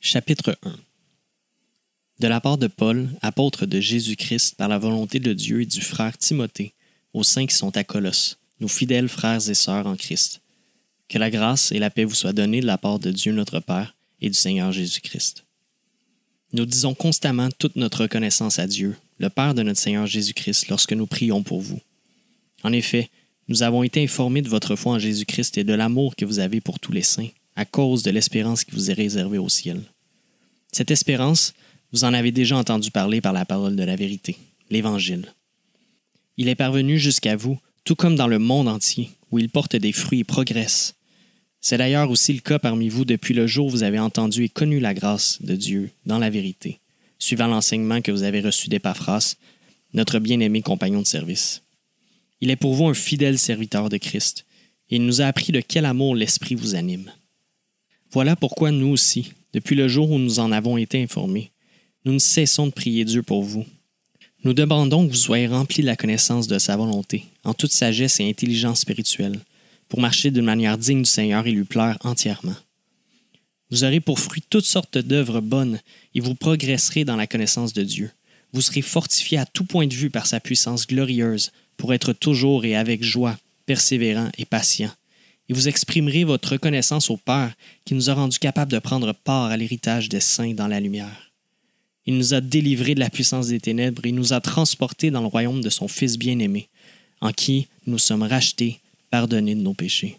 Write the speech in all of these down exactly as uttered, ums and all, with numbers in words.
Chapitre un. De la part de Paul, apôtre de Jésus-Christ par la volonté de Dieu et du frère Timothée, aux saints qui sont à Colosse, nos fidèles frères et sœurs en Christ. Que la grâce et la paix vous soient données de la part de Dieu notre Père et du Seigneur Jésus-Christ. Nous disons constamment toute notre reconnaissance à Dieu, le Père de notre Seigneur Jésus-Christ, lorsque nous prions pour vous. En effet, nous avons été informés de votre foi en Jésus-Christ et de l'amour que vous avez pour tous les saints, à cause de l'espérance qui vous est réservée au ciel. Cette espérance, vous en avez déjà entendu parler par la parole de la vérité, l'Évangile. Il est parvenu jusqu'à vous, tout comme dans le monde entier, où il porte des fruits et progresse. C'est d'ailleurs aussi le cas parmi vous depuis le jour où vous avez entendu et connu la grâce de Dieu dans la vérité, suivant l'enseignement que vous avez reçu d'Épaphras, notre bien-aimé compagnon de service. Il est pour vous un fidèle serviteur de Christ, et il nous a appris de quel amour l'Esprit vous anime. Voilà pourquoi nous aussi, depuis le jour où nous en avons été informés, nous ne cessons de prier Dieu pour vous. Nous demandons que vous soyez remplis de la connaissance de sa volonté, en toute sagesse et intelligence spirituelle, pour marcher d'une manière digne du Seigneur et lui plaire entièrement. Vous aurez pour fruit toutes sortes d'œuvres bonnes et vous progresserez dans la connaissance de Dieu. Vous serez fortifiés à tout point de vue par sa puissance glorieuse pour être toujours et avec joie, persévérant et patient. Et vous exprimerez votre reconnaissance au Père qui nous a rendus capables de prendre part à l'héritage des saints dans la lumière. Il nous a délivrés de la puissance des ténèbres et nous a transportés dans le royaume de son Fils bien-aimé, en qui nous sommes rachetés, pardonnés de nos péchés.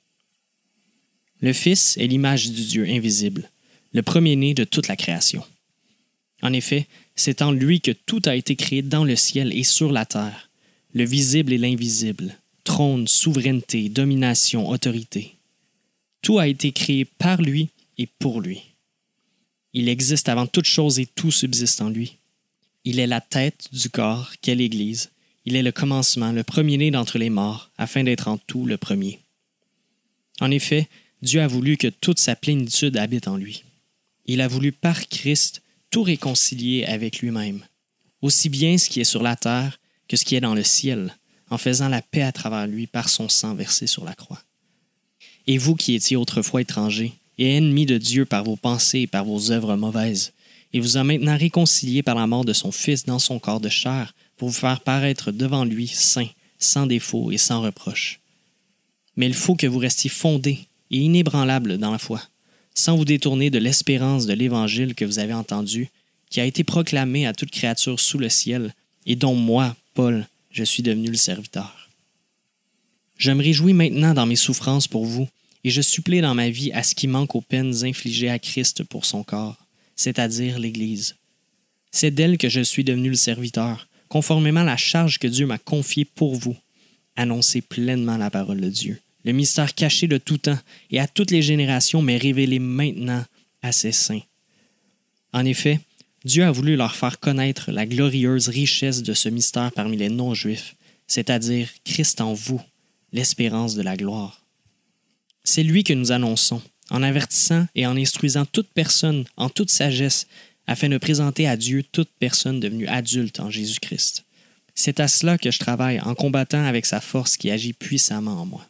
Le Fils est l'image du Dieu invisible, le premier-né de toute la création. En effet, c'est en lui que tout a été créé dans le ciel et sur la terre, le visible et l'invisible, trône, souveraineté, domination, autorité. Tout a été créé par lui et pour lui. Il existe avant toute chose et tout subsiste en lui. Il est la tête du corps qu'est l'Église. Il est le commencement, le premier-né d'entre les morts, afin d'être en tout le premier. En effet, Dieu a voulu que toute sa plénitude habite en lui. Il a voulu par Christ tout réconcilier avec lui-même, aussi bien ce qui est sur la terre que ce qui est dans le ciel, en faisant la paix à travers lui par son sang versé sur la croix. Et vous qui étiez autrefois étrangers et ennemis de Dieu par vos pensées et par vos œuvres mauvaises, il vous a maintenant réconciliés par la mort de son Fils dans son corps de chair pour vous faire paraître devant lui saint, sans défaut et sans reproche. Mais il faut que vous restiez fondés et inébranlables dans la foi, sans vous détourner de l'espérance de l'Évangile que vous avez entendu, qui a été proclamé à toute créature sous le ciel et dont moi, Paul, je suis devenu le serviteur. Je me réjouis maintenant dans mes souffrances pour vous, et je supplée dans ma vie à ce qui manque aux peines infligées à Christ pour son corps, c'est-à-dire l'Église. C'est d'elle que je suis devenu le serviteur, conformément à la charge que Dieu m'a confiée pour vous, annoncer pleinement la parole de Dieu, le mystère caché de tout temps et à toutes les générations, mais révélé maintenant à ses saints. En effet, Dieu a voulu leur faire connaître la glorieuse richesse de ce mystère parmi les non-juifs, c'est-à-dire Christ en vous, l'espérance de la gloire. C'est lui que nous annonçons, en avertissant et en instruisant toute personne en toute sagesse, afin de présenter à Dieu toute personne devenue adulte en Jésus-Christ. C'est à cela que je travaille en combattant avec sa force qui agit puissamment en moi.